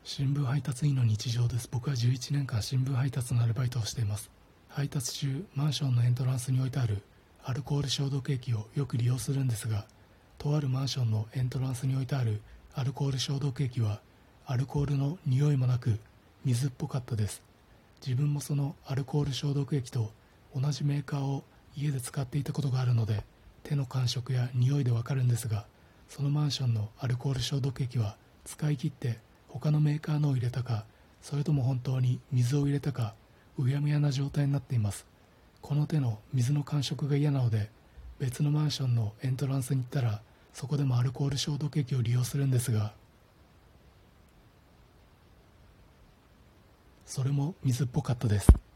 新聞配達員の日常です。僕は11年間新聞配達のアルバイトをしています。配達中、マンションのエントランスに置いてあるアルコール消毒液をよく利用するんですが、とあるマンションのエントランスに置いてあるアルコール消毒液はアルコールの匂いもなく水っぽかったです。自分もそのアルコール消毒液と同じメーカーを家で使っていたことがあるので、手の感触や匂いでわかるんですが、そのマンションのアルコール消毒液は使い切って他のメーカーのを入れたか、それとも本当に水を入れたか、うやむやな状態になっています。この手の水の感触が嫌なので、別のマンションのエントランスに行ったらそこでもアルコール消毒液を利用するんですが、それも水っぽかったです。